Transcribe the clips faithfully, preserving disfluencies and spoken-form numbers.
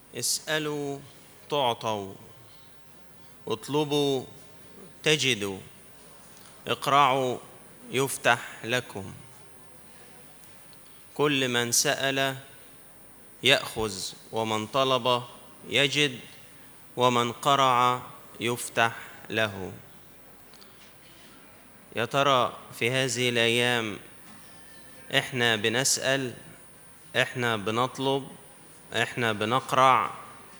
اسألوا تعطوا، اطلبوا تجدوا، اقرعوا يفتح لكم. كل من سأل يأخذ، ومن طلب يجد، ومن قرع يفتح له. يا ترى في هذه الأيام إحنا بنسأل، إحنا بنطلب، إحنا بنقرع،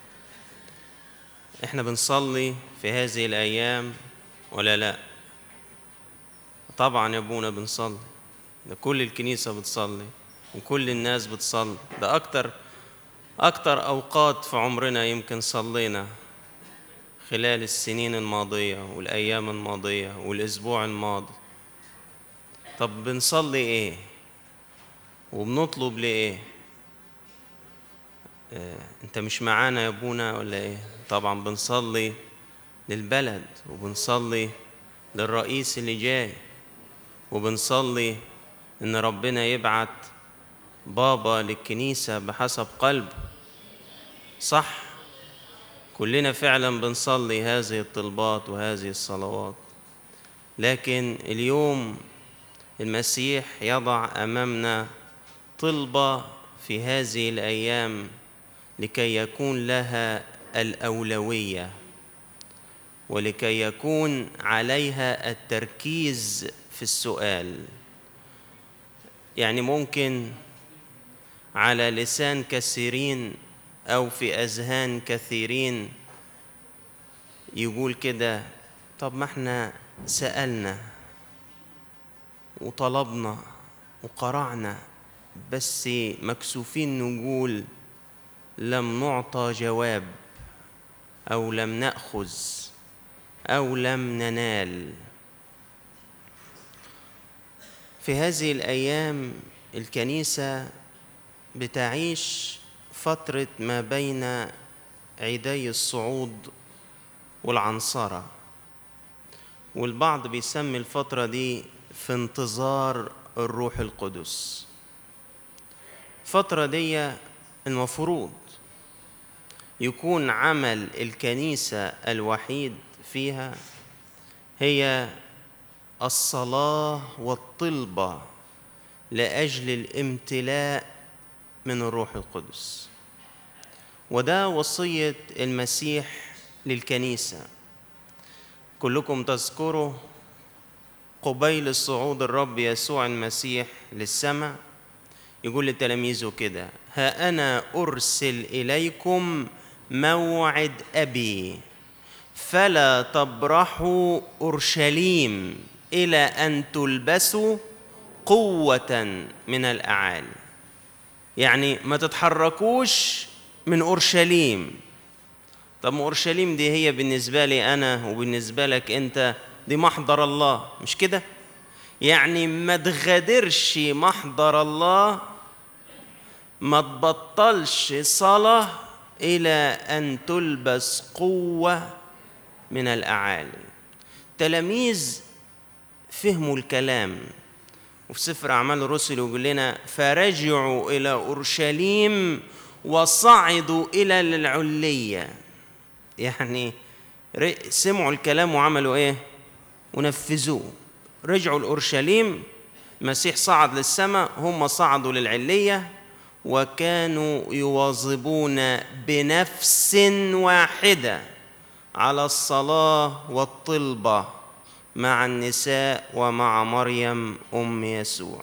إحنا بنصلي في هذه الأيام ولا لا؟ طبعا يا أبونا بنصلي، ده كل الكنيسة بتصلي وكل الناس بتصلي. ده أكتر أكتر أوقات في عمرنا يمكن صلينا خلال السنين الماضية والأيام الماضية والأسبوع الماضي. طب بنصلي إيه وبنطلب لإيه؟ آه، أنت مش معانا يا أبونا ولا إيه؟ طبعا بنصلي للبلد، وبنصلي للرئيس اللي جاي، وبنصلي إن ربنا يبعت بابا للكنيسة بحسب قلبه. صح، كلنا فعلا بنصلي هذه الطلبات وهذه الصلوات. لكن اليوم المسيح يضع أمامنا طلبة في هذه الأيام لكي يكون لها الأولوية، ولكي يكون عليها التركيز في السؤال. يعني ممكن على لسان كثيرين أو في أذهان كثيرين يقول كده: طب ما احنا سألنا وطلبنا وقرعنا، بس مكسوفين نقول لم نعطى جواب، أو لم نأخذ، أو لم ننال. في هذه الأيام الكنيسة بتعيش فترة ما بين عيدي الصعود والعنصرة، والبعض بيسمي الفترة دي في انتظار الروح القدس. الفترة دي المفروض يكون عمل الكنيسة الوحيد فيها هي الصلاة والطلبة لأجل الامتلاء من الروح القدس. وده وصية المسيح للكنيسة. كلكم تذكروا قبيل صعود الرب يسوع المسيح للسماء يقول لتلاميذه كده: ها أنا أرسل إليكم موعد أبي، فلا تبرحوا أورشليم إلى أن تلبسوا قوة من الأعالي. يعني ما تتحركوش من أورشليم. طب أورشليم دي هي بالنسبة لي أنا وبالنسبة لك أنت دي محضر الله، مش كده؟ يعني ما تغادرش محضر الله، ما تبطلش صلاة إلى أن تلبس قوة من الأعالي. تلاميذ فهموا الكلام، وفي سفر أعمال الرسل يقول لنا: فرجعوا إلى أورشليم وصعدوا إلى العلية. يعني سمعوا الكلام وعملوا إيه؟ ونفذوه. رجعوا لأورشليم، المسيح صعد للسماء، هم صعدوا للعلية، وكانوا يواظبون بنفس واحدة على الصلاة والطلبة مع النساء ومع مريم أم يسوع.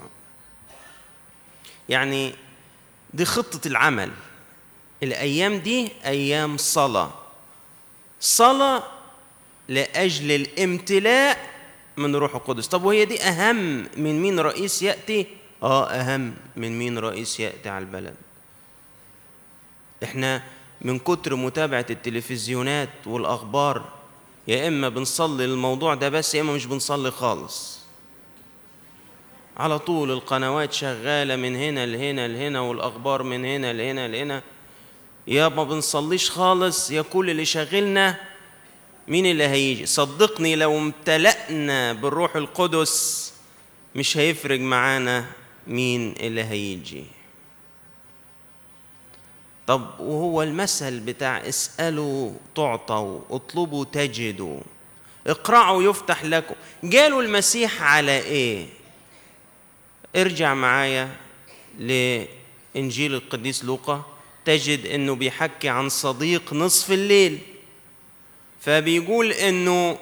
يعني دي خطة العمل. الأيام دي أيام صلاة، صلاة لأجل الامتلاء من روح القدس. طب وهي دي أهم من مين رئيس يأتي؟ آه أهم من مين رئيس يأتي على البلد. إحنا من كتر متابعة التلفزيونات والأخبار يا إما بنصلي الموضوع ده بس، يا إما مش بنصلي خالص. على طول القنوات شغالة من هنا لهنا لهنا، والأخبار من هنا لهنا لهنا. يا ما بنصليش خالص، يا كل اللي شغلنا مين اللي هيجي. صدقني لو امتلأنا بالروح القدس مش هيفرق معانا مين اللي هيجي. طب وهو المثل بتاع اسألوا تعطوا، اطلبوا تجدوا، اقرعوا يفتح لكم، جالوا المسيح على ايه؟ ارجع معايا لإنجيل القديس لوقا، تجد انه بيحكي عن صديق نصف الليل، فبيقول انه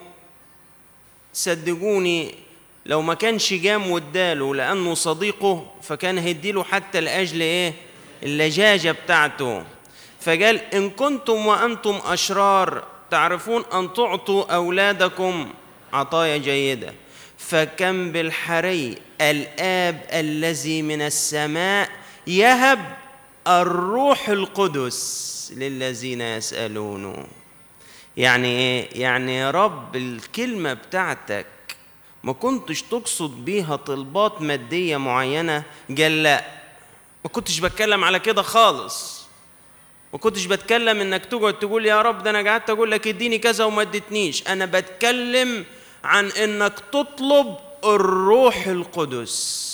صدقوني لو ما كانش جام واداله لانه صديقه فكان هيديله حتى لاجل ايه؟ اللجاجه بتاعته. فقال ان كنتم وانتم اشرار تعرفون ان تعطوا اولادكم عطايا جيده، فكم بالحري الآب الذي من السماء يهب الروح القدس للذين يسألونه. يعني ايه؟ يعني يا رب الكلمة بتاعتك ما كنتش تقصد بيها طلبات مادية معينة؟ قال لا، ما كنتش بتكلم على كده خالص، ما كنتش بتكلم انك تقعد تقول يا رب ده انا قعدت اقول لك اديني كذا وما اديتنيش، انا بتكلم عن انك تطلب الروح القدس.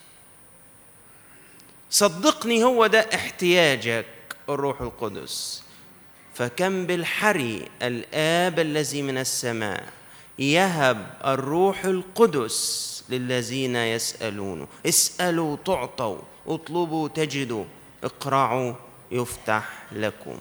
صدقني هو ده احتياجك، الروح القدس. فكم بالحري الآب الذي من السماء يهب الروح القدس للذين يسألونه. اسألوا تعطوا، اطلبوا تجدوا، اقرعوا يفتح لكم.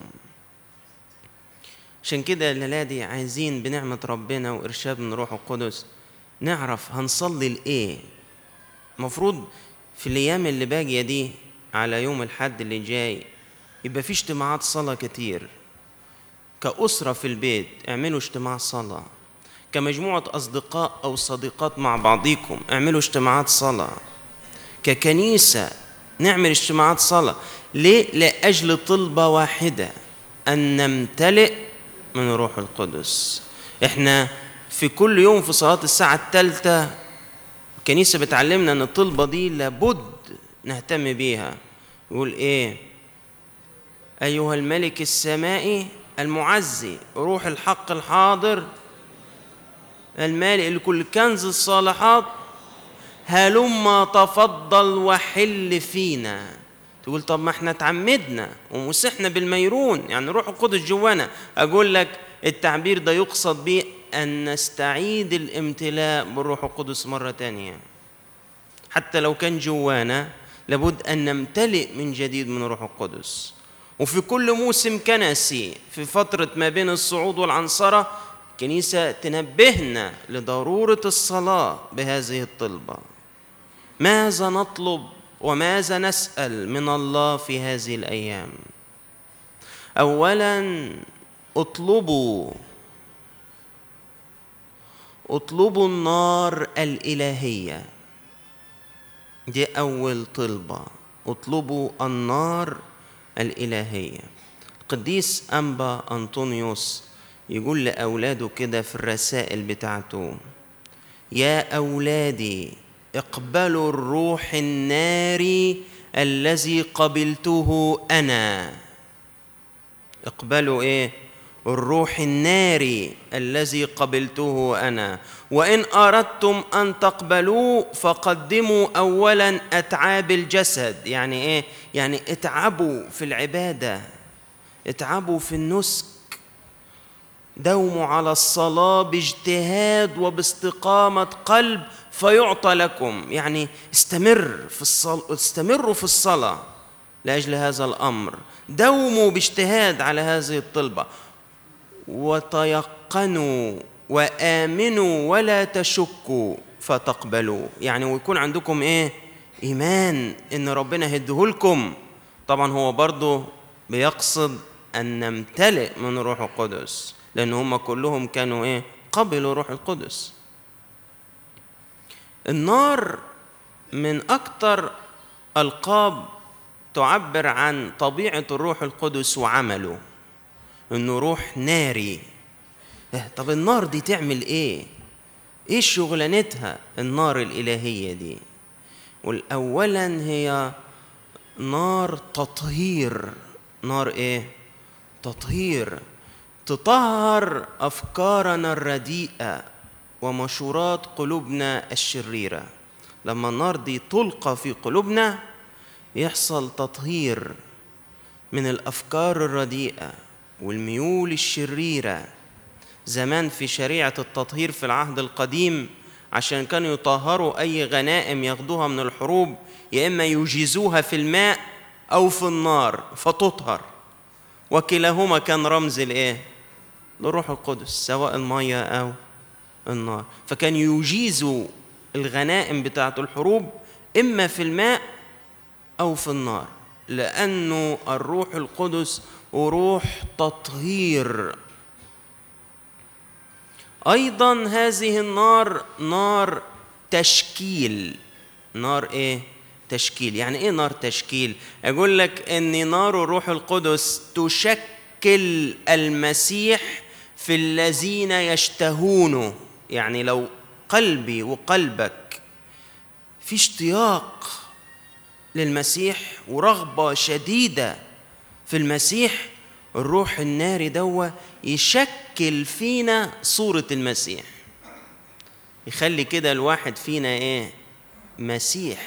عشان كده الليلة دي عايزين بنعمة ربنا وإرشاد من روح القدس نعرف هنصلي لإيه. مفروض في الأيام اللي باقية دي على يوم الحد اللي جاي يبقى في اجتماعات صلاة كتير. كأسرة في البيت اعملوا اجتماع صلاة، كمجموعة أصدقاء أو صديقات مع بعضيكم اعملوا اجتماعات صلاة، ككنيسة نعمل اجتماعات صلاة. ليه؟ لأجل طلبة واحدة، أن نمتلئ من روح القدس. احنا في كل يوم في صلاة الساعة الثالثة الكنيسة بتعلمنا أن الطلبة دي لابد نهتم بيها. يقول إيه؟ أيها الملك السمائي المعزي روح الحق الحاضر المالئ لكل كنز الصالحات هلما تفضل وحل فينا. تقول طب ما احنا تعمدنا ومسحنا بالميرون، يعني روح القدس جوانا. أقول لك التعبير ده يقصد به أن نستعيد الامتلاء بالروح القدس مرة تانية. حتى لو كان جوانا لابد أن نمتلئ من جديد من روح القدس. وفي كل موسم كنسي في فترة ما بين الصعود والعنصرة الكنيسة تنبهنا لضرورة الصلاة بهذه الطلبة. ماذا نطلب وماذا نسأل من الله في هذه الأيام؟ أولاً اطلبوا اطلبوا النار الإلهية، دي أول طلبة، اطلبوا النار الإلهية. القديس أنبا أنطونيوس يقول لأولاده كده في الرسائل بتاعته: يا أولادي اقبلوا الروح الناري الذي قبلته أنا. اقبلوا إيه؟ الروح الناري الذي قبلته أنا. وإن أردتم أن تقبلوه فقدموا أولا أتعاب الجسد. يعني إيه؟ يعني اتعبوا في العبادة، اتعبوا في النسك، دوموا على الصلاة باجتهاد وباستقامة قلب فيعطى لكم. يعني استمر في الصلاة، استمروا في الصلاة لأجل هذا الأمر، دوموا باجتهاد على هذه الطلبة، وتيقنوا وآمنوا ولا تشكوا فتقبلوا. يعني ويكون عندكم إيه؟ إيمان إن ربنا هيديهولكم. طبعا هو برضو بيقصد أن نمتلئ من روح القدس، لأن هم كلهم كانوا إيه؟ قبلوا روح القدس. النار من أكتر ألقاب تعبر عن طبيعة الروح القدس وعمله، إنه روح ناري. طب النار دي تعمل إيه؟ إيه شغلانتها النار الإلهية دي؟ والأولاً هي نار تطهير. نار إيه؟ تطهير، تطهر أفكارنا الرديئة ومشورات قلوبنا الشريرة. لما النار دي تلقى في قلوبنا يحصل تطهير، من الأفكار الرديئة والميول الشريرة. زمان في شريعة التطهير في العهد القديم عشان كانوا يطهروا أي غنائم ياخدوها من الحروب، يا إما يجيزوها في الماء أو في النار فتطهر، وكلاهما كان رمز الإيه؟ للروح القدس، سواء المية أو النار. فكان يجيزوا الغنائم بتاعة الحروب إما في الماء أو في النار، لأنه الروح القدس روح تطهير. أيضا هذه النار نار تشكيل. نار إيه؟ تشكيل. يعني إيه نار تشكيل؟ أقول لك أن نار الروح القدس تشكل المسيح في الذين يشتهونه. يعني لو قلبي وقلبك في اشتياق للمسيح ورغبة شديدة في المسيح، الروح الناري دوا يشكل فينا صورة المسيح، يخلي كده الواحد فينا ايه؟ مسيح،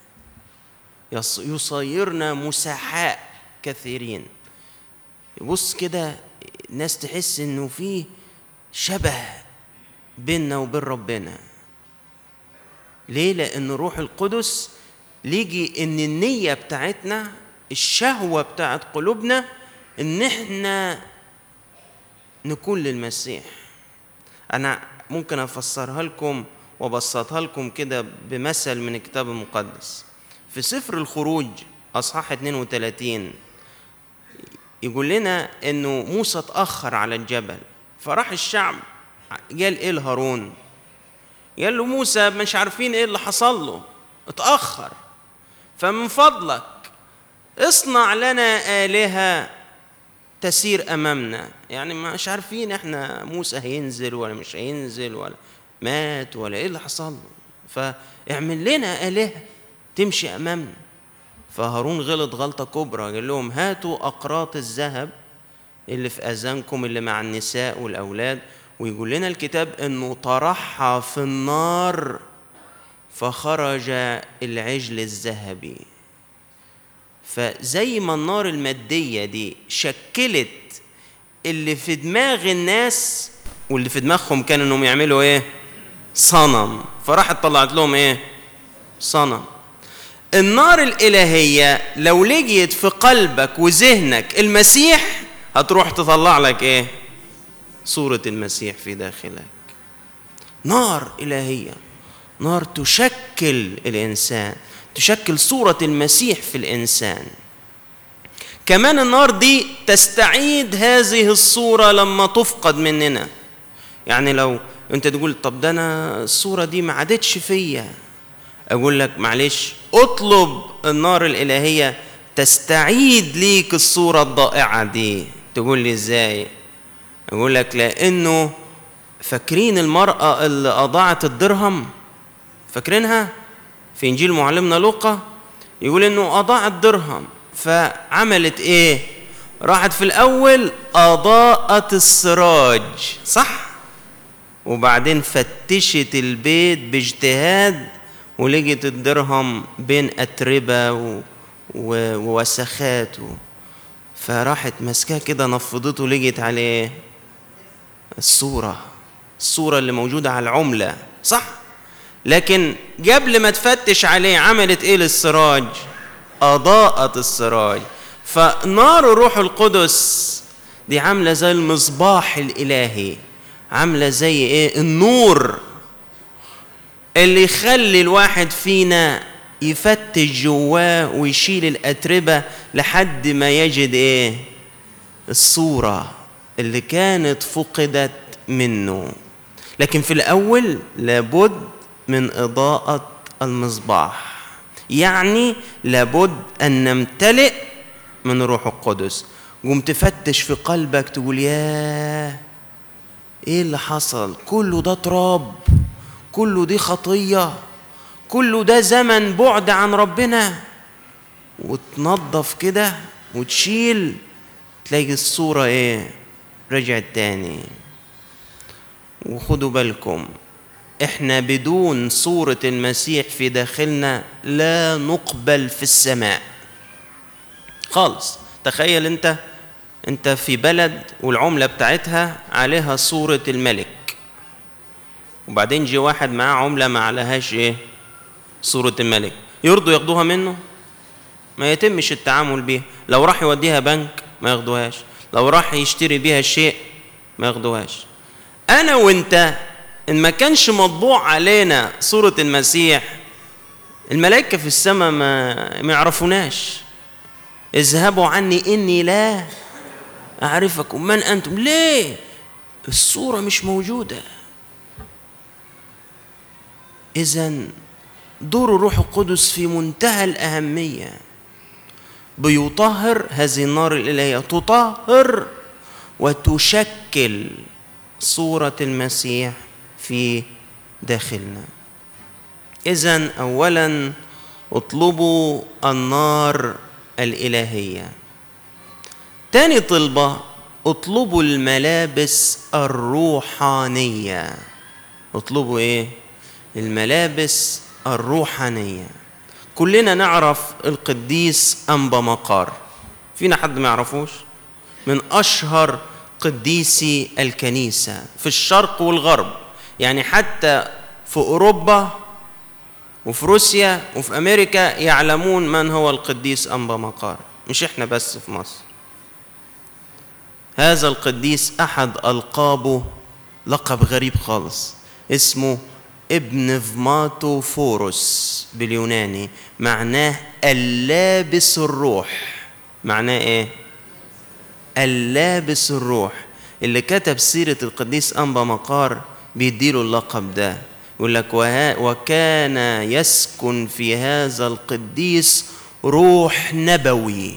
يصيرنا مسحاء كثيرين. يبص كده الناس تحس انه فيه شبه بيننا وبين ربنا. ليه؟ لأن الروح القدس ليجي ان النية بتاعتنا، الشهوة بتاعت قلوبنا، ان احنا نكون للمسيح. انا ممكن افسرها لكم وابسطها لكم كده بمثل من الكتاب المقدس. في سفر الخروج اصحاح اثنين وثلاثين يقول لنا انه موسى اتأخر على الجبل، فراح الشعب قال ايه لهارون؟ قال له موسى مش عارفين ايه اللي حصل له، اتأخر، فمن فضلك اصنع لنا آلهة تسير أمامنا. يعني مش عارفين احنا موسى هينزل ولا مش هينزل ولا مات ولا ايه اللي حصل له، فاعمل لنا آلهة تمشي أمامنا. فهارون غلط غلطة كبرى، قال لهم هاتوا أقراط الذهب اللي في أذانكم اللي مع النساء والأولاد، ويقول لنا الكتاب أنه طرحها في النار فخرج العجل الذهبي. فزي ما النار المادية دي شكلت اللي في دماغ الناس، واللي في دماغهم كان انهم يعملوا ايه؟ صنم، فراحت طلعت لهم ايه؟ صنم. النار الإلهية لو لجيت في قلبك وذهنك المسيح، هتروح تطلع لك ايه؟ صورة المسيح في داخلك. نار إلهية، نار تشكل الإنسان، تشكل صورة المسيح في الإنسان. كمان النار دي تستعيد هذه الصورة لما تفقد مننا. يعني لو انت تقول طب ده انا الصورة دي ما عادتش فيا، اقول لك معلش اطلب النار الإلهية تستعيد ليك الصورة الضائعة دي. تقول لي ازاي؟ اقول لك لانه فاكرين المرأة اللي اضاعت الدرهم؟ فاكرينها في انجيل معلمنا لوقا؟ يقول انه اضاعت درهم، فعملت ايه؟ راحت في الاول اضاءت السراج، صح؟ وبعدين فتشت البيت باجتهاد ولقيت الدرهم بين اتربه ووسخات، فراحت مسكاه كده نفضته، لقيت عليه الصوره الصوره اللي موجوده على العمله، صح؟ لكن قبل ما تفتش عليه عملت ايه للسراج؟ اضاءت السراج. فنار الروح القدس دي عامله زي المصباح الالهي، عامله زي ايه؟ النور اللي يخلي الواحد فينا يفتش جواه ويشيل الاتربه لحد ما يجد ايه؟ الصوره اللي كانت فقدت منه. لكن في الاول لابد من إضاءة المصباح، يعني لابد أن نمتلئ من روح القدس. قوم تفتش في قلبك تقول ياه إيه اللي حصل؟ كله ده تراب، كله دي خطية، كله ده زمن بعد عن ربنا، وتنظف كده وتشيل، تلاقي الصورة إيه؟ رجعت تاني. وخدوا بالكم احنا بدون صورة المسيح في داخلنا لا نقبل في السماء خالص. تخيل انت انت في بلد والعملة بتاعتها عليها صورة الملك، وبعدين جي واحد معاه عملة ما عليهاش ايه صورة الملك، يرضوا ياخدوها منه؟ ما يتمش التعامل بيها. لو راح يوديها بنك ما ياخدوهاش، لو راح يشتري بيها شيء ما ياخدوهاش. انا وانت ان ما كانش مطبوع علينا صورة المسيح، الملائكة في السماء ما, ما يعرفوناش. اذهبوا عني اني لا اعرفكم، من انتم؟ ليه؟ الصورة مش موجودة. اذن دور الروح القدس في منتهى الأهمية، بيطهر هذه النار الإلهية، تطهر وتشكل صورة المسيح في داخلنا. إذن أولا اطلبوا النار الإلهية. تاني طلبة اطلبوا الملابس الروحانية. اطلبوا ايه؟ الملابس الروحانية. كلنا نعرف القديس أنبا مقار، فينا حد ما يعرفوش؟ من أشهر قديسي الكنيسة في الشرق والغرب، يعني حتى في أوروبا وفي روسيا وفي أمريكا يعلمون من هو القديس أنبا مقار، مش إحنا بس في مصر. هذا القديس أحد ألقابه لقب غريب خالص، اسمه ابن فماتو فوروس باليوناني، معناه اللابس الروح. معناه ايه؟ اللابس الروح. اللي كتب سيرة القديس أنبا مقار بيديله اللقب ده، يقول لك وكان يسكن في هذا القديس روح نبوي،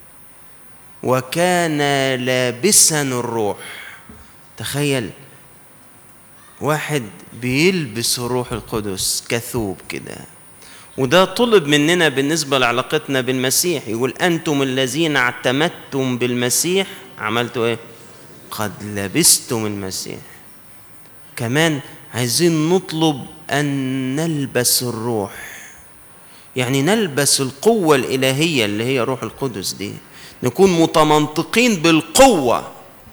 وكان لابسا الروح. تخيل واحد بيلبس الروح القدس كثوب كده. وده طلب مننا بالنسبة لعلاقتنا بالمسيح، يقول أنتم الذين اعتمدتم بالمسيح عملتوا إيه؟ قد لبستم المسيح. كمان عايزين نطلب أن نلبس الروح، يعني نلبس القوة الإلهية اللي هي روح القدس دي، نكون متمنطقين بالقوة،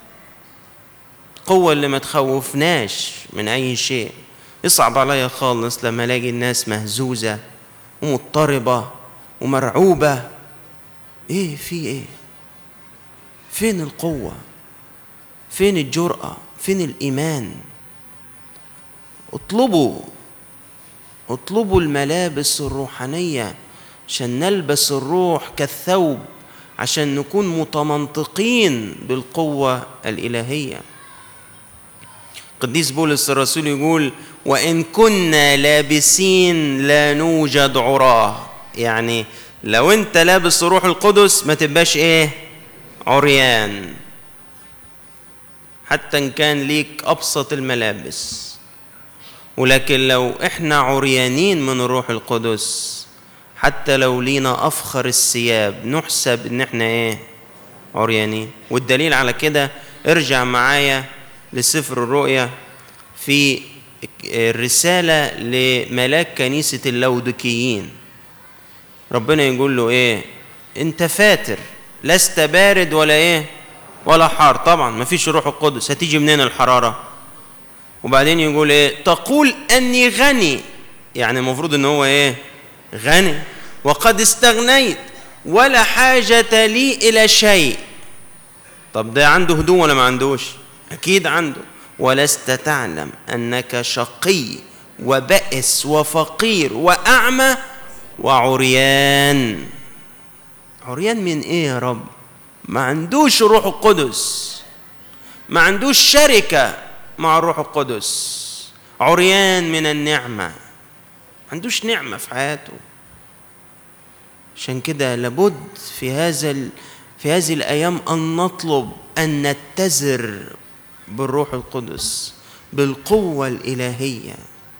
القوة اللي ما تخوفناش من أي شيء. يصعب عليا خالص لما الاقي الناس مهزوزة ومضطربة ومرعوبة. ايه في ايه؟ فين القوة؟ فين الجرأة؟ فين الإيمان؟ اطلبوا اطلبوا الملابس الروحانية عشان نلبس الروح كالثوب، عشان نكون متمنطقين بالقوة الإلهية. قديس بولس الرسول يقول وإن كنا لابسين لا نوجد عراه، يعني لو انت لابس روح القدس ما تبقاش ايه؟ عريان، حتى ان كان ليك ابسط الملابس. ولكن لو احنا عريانين من الروح القدس، حتى لو لينا افخر الثياب نحسب ان احنا ايه؟ عريانين. والدليل على كده ارجع معايا لسفر الرؤيا في الرسالة لملاك كنيسة اللودكيين. ربنا يقول له ايه؟ انت فاتر، لست بارد ولا ايه؟ ولا حار. طبعا ما فيش روح القدس، هتيجي منين الحرارة؟ وبعدين يقول ايه؟ تقول اني غني، يعني المفروض ان هو ايه؟ غني، وقد استغنيت ولا حاجة لي الى شيء. طب ده عنده هدوم ولا ما عندوش؟ اكيد عنده. ولست تعلم انك شقي وبائس وفقير واعمى وعريان. عريان من ايه يا رب؟ ما عندوش الروح القدس، ما عندوش شركة مع الروح القدس، عريان من النعمة، ما عندوش نعمة في حياته. عشان كده لابد في هذا في هذه الأيام أن نطلب أن نتزر بالروح القدس، بالقوة الإلهية.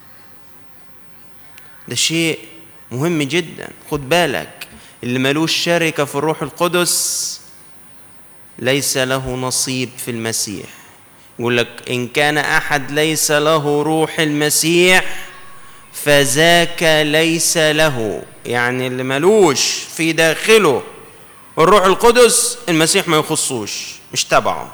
ده شيء مهم جدا. خد بالك، اللي ملوش شركة في الروح القدس ليس له نصيب في المسيح. يقول لك إن كان أحد ليس له روح المسيح فذاك ليس له، يعني اللي ملوش في داخله الروح القدس المسيح ما يخصوش، مش تبعه.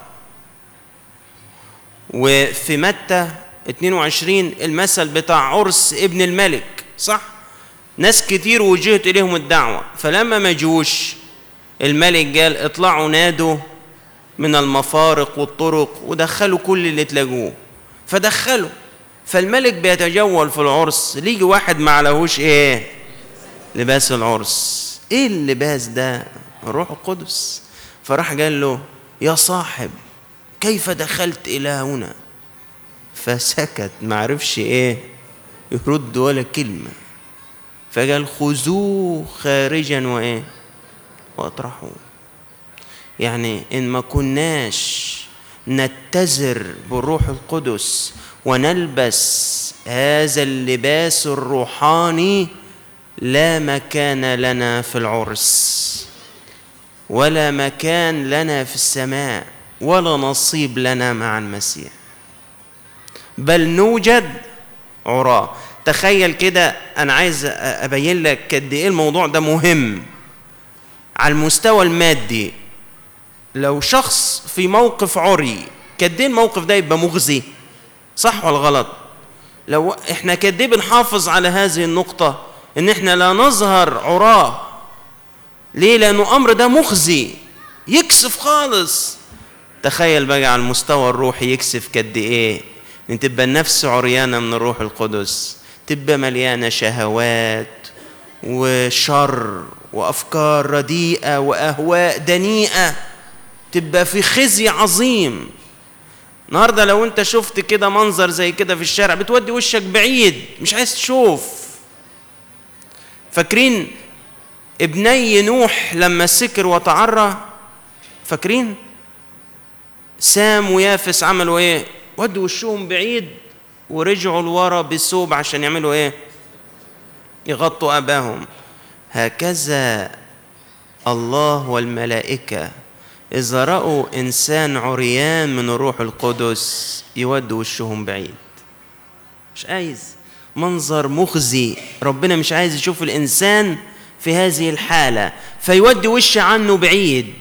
وفي متى اتنين وعشرين المثل بتاع عرس ابن الملك، صح؟ ناس كتير وجهت إليهم الدعوة، فلما ما جوش الملك قال اطلعوا نادوا من المفارق والطرق ودخلوا كل اللي تلاقوه. فدخلوا، فالملك بيتجول في العرس، ليجي واحد ما عليهوش ايه؟ لباس العرس. ايه اللباس ده؟ الروح القدس. فراح قال له يا صاحب كيف دخلت إلى هنا؟ فسكت، ما عرفش ايه يرد ولا كلمة. فقال خذوه خارجا وايه واطرحوه. يعني ان ما كناش نتزر بالروح القدس ونلبس هذا اللباس الروحاني لا مكان لنا في العرس، ولا مكان لنا في السماء، ولا نصيب لنا مع المسيح، بل نوجد عراة. تخيل كده، أنا عايز أبين لك قد إيه الموضوع ده مهم على المستوى المادي. لو شخص في موقف عري، قد إيه الموقف ده يبقى مخزي، صح ولا غلط؟ لو إحنا قد إيه بنحافظ على هذه النقطة إن إحنا لا نظهر عراة. ليه؟ لأنه أمر ده مخزي، يكسف خالص. تخيل بقى على المستوى الروحي يكسف قد إيه، إن تبقى النفس عريانة من الروح القدس، تبقى مليانة شهوات وشر وأفكار رديئة وأهواء دنيئة، تبقى في خزي عظيم. النهاردة لو أنت شفت كده منظر زي كده في الشارع بتودي وشك بعيد، مش عايز تشوف. فاكرين ابني نوح لما سكر وتعرى؟ فاكرين سام ويافس عملوا ايه؟ ودوا وشهم بعيد ورجعوا لورا بالثوب عشان يعملوا ايه؟ يغطوا اباهم. هكذا الله والملائكة إذا رأوا إنسان عريان من الروح القدس يودوا وشهم بعيد. مش عايز، منظر مخزي. ربنا مش عايز يشوف الإنسان في هذه الحالة، فيودي وش عنه بعيد،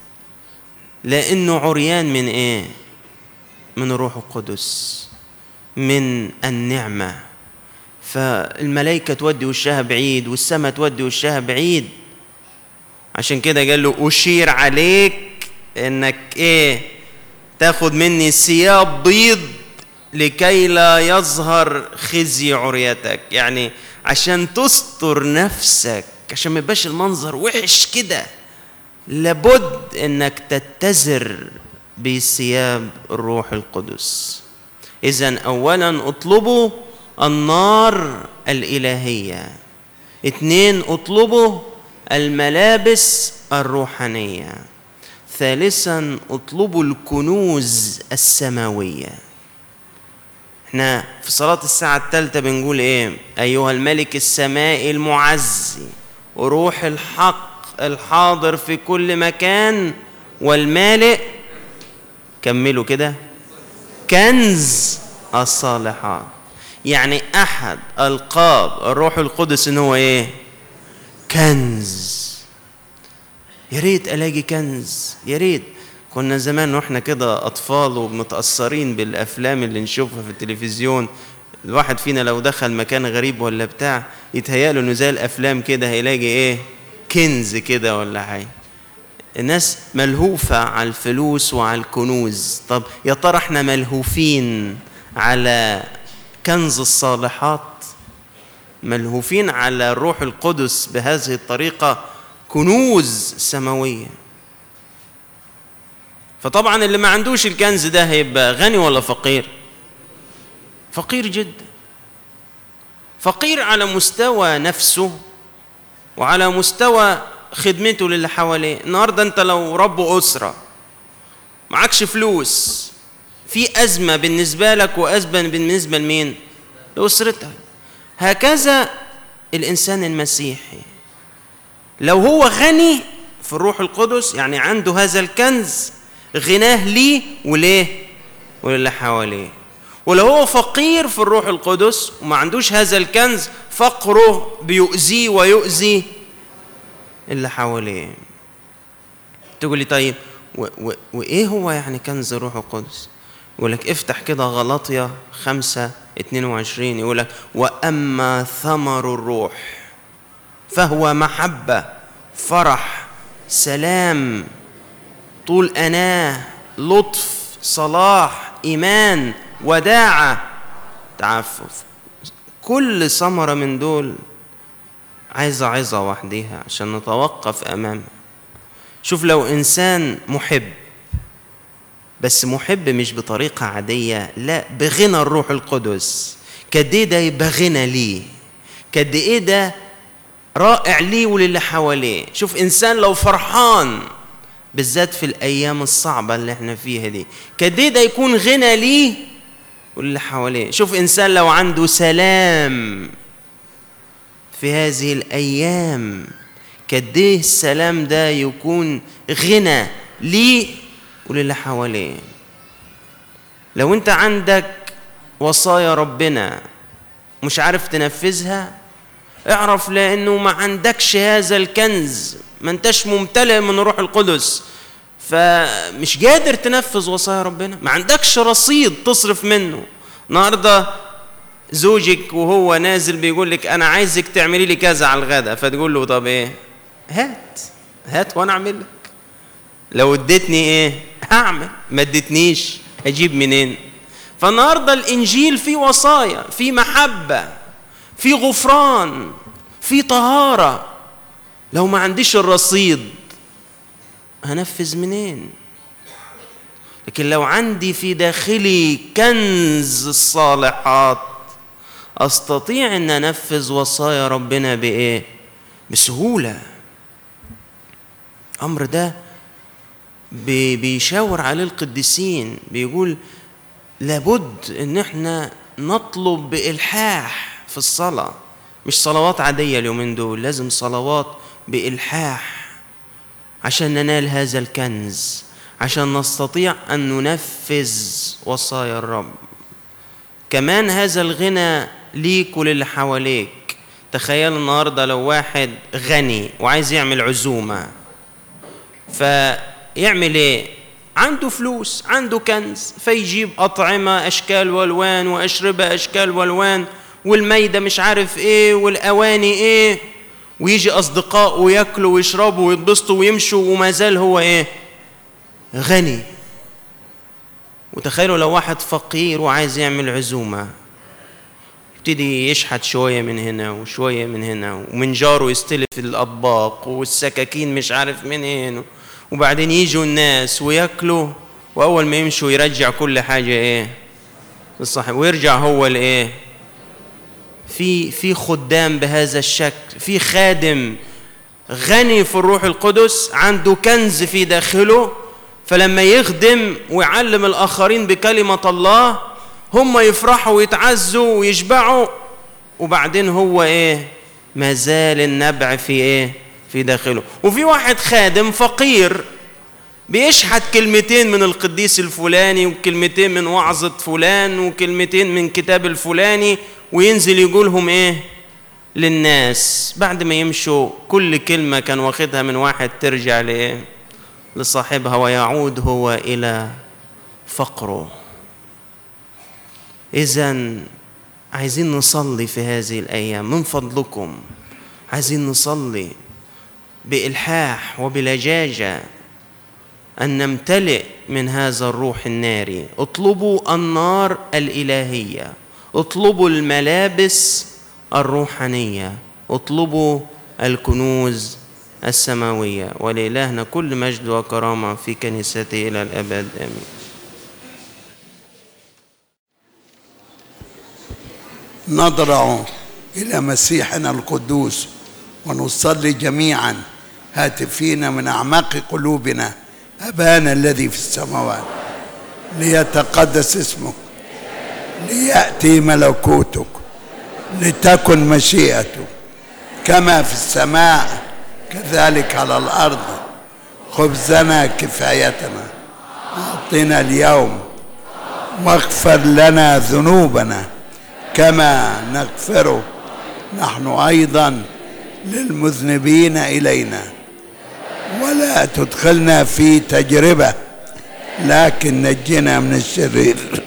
لأنه عريان من إيه؟ من الروح القدس، من النعمة. فالملائكة تودي وشها بعيد والسماء تودي وشها بعيد. عشان كده قال له أشير عليك إنك إيه؟ تاخد مني ثياب بيض لكي لا يظهر خزي عريتك، يعني عشان تستر نفسك، عشان ما يبقاش المنظر وحش كده. لابد إنك تتزر بثياب الروح القدس. إذن أولا اطلبوا النار الإلهية، اثنين اطلبوا الملابس الروحانية، ثالثا اطلبوا الكنوز السماوية. احنا في صلاة الساعة الثالثة بنقول ايه؟ أيها الملك السمائي المعز وروح الحق الحاضر في كل مكان والمالئ، كملوا كده، كنز الصالحات. يعني أحد ألقاب الروح القدس إن هو إيه؟ كنز. يا ريت ألاقي كنز، يا ريت. كنا زمان وإحنا كده أطفال ومتأثرين بالأفلام اللي نشوفها في التلفزيون، الواحد فينا لو دخل مكان غريب ولا بتاع يتهيأله إنه زي الأفلام كده هيلاقي إيه؟ كنز كده ولا حاجة. الناس ملهوفة على الفلوس وعلى الكنوز. طب يا ترى إحنا ملهوفين على كنز الصالحات؟ ملهوفين على الروح القدس بهذه الطريقة، كنوز سماوية. فطبعا اللي ما عندوش الكنز ده هيبقى غني ولا فقير؟ فقير جدا. فقير على مستوى نفسه وعلى مستوى خدمته للي حواليه. النهارده انت لو رب أسرة معكش فلوس، في أزمة بالنسبة لك وأزمة بالنسبة لمين؟ لأسرتك. هكذا الإنسان المسيحي لو هو غني في الروح القدس، يعني عنده هذا الكنز، غناه ليه وليه وللي حواليه. ولو هو فقير في الروح القدس وما عندوش هذا الكنز، فقره بيؤذيه ويؤذي اللي حواليه. تقول لي طيب و و وإيه هو يعني كنز الروح القدس؟ يقول لك افتح كده غلاطية خمسة اتنين وعشرين، يقول لك وأما ثمر الروح فهو محبة، فرح، سلام، طول أناة، لطف، صلاح، إيمان، وداعة، تعفف. كل ثمرة من دول عايزة عظة وحديها عشان نتوقف أمامها. شوف لو إنسان محب، بس محب مش بطريقة عادية، لا، بغنى الروح القدس، قد ايه ده يبقى غنى ليه، قد ايه ده رائع ليه وللي حواليه. شوف إنسان لو فرحان بالذات في الأيام الصعبة اللي احنا فيها دي، قد ايه ده يكون غنى ليه واللي حواليه. شوف إنسان لو عنده سلام في هذه الأيام، قد ايه السلام ده يكون غنى ليه وللي حواليه. لو انت عندك وصايا ربنا مش عارف تنفذها، اعرف لأنه ما عندكش هذا الكنز، ما انتش ممتلئ من روح القدس، فمش قادر تنفذ وصايا ربنا، ما عندكش رصيد تصرف منه. النهارده زوجك وهو نازل بيقول لك أنا عايزك تعملي لي كذا على الغداء، فتقول له طب إيه؟ هات هات وأنا أعمل لك. لو اديتني إيه؟ هعمل، ما اديتنيش هجيب منين؟ فالنهارده الإنجيل فيه وصايا، فيه محبة، فيه غفران، فيه طهارة. لو ما عنديش الرصيد هنفذ منين؟ لكن لو عندي في داخلي كنز الصالحات أستطيع أن أنفذ وصايا ربنا بإيه؟ بسهولة. أمر ده بيشاور عليه القديسين، بيقول لابد أن احنا نطلب بإلحاح في الصلاة، مش صلوات عادية اليومين دول، لازم صلوات بإلحاح عشان ننال هذا الكنز، عشان نستطيع أن ننفذ وصايا الرب. كمان هذا الغنى ليك وللي حواليك. تخيل النهاردة لو واحد غني وعايز يعمل عزومة، فيعمل ايه؟ عنده فلوس، عنده كنز، فيجيب أطعمة أشكال والوان وأشربة أشكال والوان والميدة مش عارف ايه والأواني ايه، ويجي أصدقاء ويأكلوا ويشربوا ويتبسطوا ويمشوا وما زال هو ايه؟ غني. وتخيلوا لو واحد فقير وعايز يعمل عزومة، يبتدي يشحت شوية من هنا وشوية من هنا، ومن جاره يستلف الأطباق والسكاكين مش عارف منين، وبعدين يجوا الناس ويأكلوا، وأول ما يمشوا يرجع كل حاجة إيه للصاحب، ويرجع هو الإيه. في في خدام بهذا الشكل، في خادم غني في الروح القدس عنده كنز في داخله، فلما يخدم ويعلم الآخرين بكلمة الله هم يفرحوا ويتعزوا ويشبعوا، وبعدين هو إيه؟ ما زال النبع في إيه؟ في داخله. وفي واحد خادم فقير بيشحت كلمتين من القديس الفلاني وكلمتين من وعظة فلان وكلمتين من كتاب الفلاني، وينزل يقولهم إيه؟ للناس. بعد ما يمشوا كل كلمة كان واخدها من واحد ترجع لإيه؟ لصاحبها، ويعود هو إلى فقره. إذن عايزين نصلي في هذه الأيام من فضلكم، عايزين نصلي بإلحاح وبلجاجة أن نمتلئ من هذا الروح الناري. اطلبوا النار الإلهية، اطلبوا الملابس الروحانية، اطلبوا الكنوز السماوية. ولإلهنا كل مجد وكرامة في كنيسته إلى الأبد، آمين. نضرع إلى مسيحنا القدوس ونصلي جميعا هاتفين من أعماق قلوبنا: أبانا الذي في السماوات، ليتقدس اسمك، ليأتي ملكوتك، لتكن مشيئتك كما في السماء كذلك على الأرض. خبزنا كفايتنا أعطنا اليوم، واغفر لنا ذنوبنا كما نغفر نحن أيضا للمذنبين إلينا، ولا لا تدخلنا في تجربة لكن نجنا من الشرير،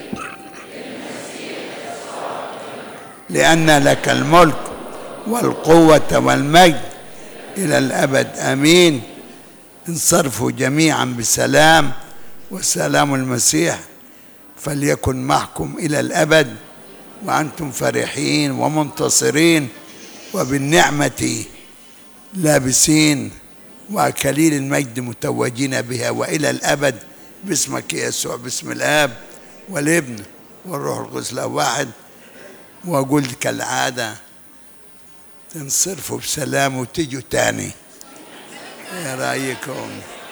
لأن لك الملك والقوة والمجد إلى الأبد آمين. انصرفوا جميعا بسلام، وسلام المسيح فليكن معكم إلى الأبد، وأنتم فرحين ومنتصرين وبالنعمة لابسين وأكاليل المجد متوجين بها وإلى الأبد باسمك يسوع، باسم الآب والابن والروح القدس له واحد. وأقول كالعادة تنصرفوا بسلام وتجوا تاني. يا رأيكم؟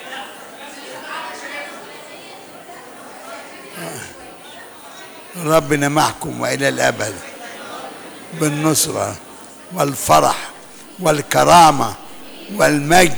ربنا معكم وإلى الأبد بالنصرة والفرح والكرامة والمجد،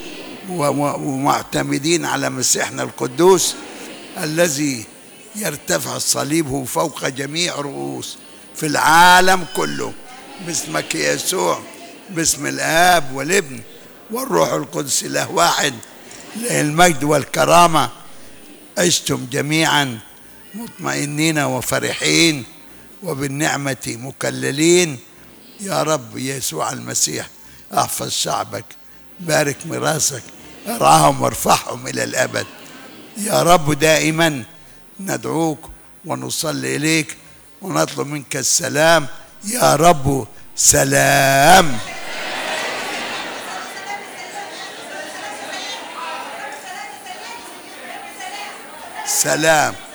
ومعتمدين على مسيحنا القدوس الذي يرتفع صليبه فوق جميع رؤوس في العالم كله، باسمك يسوع، باسم الآب والابن والروح القدس إله واحد، له المجد والكرامة. عشتم جميعا مطمئنين وفرحين وبالنعمة مكللين. يا رب يسوع المسيح احفظ شعبك، بارك ميراثك، ارعاهم وارفعهم إلى الأبد. يا رب دائما ندعوك ونصلي إليك ونطلب منك السلام. يا رب سلام. سلام.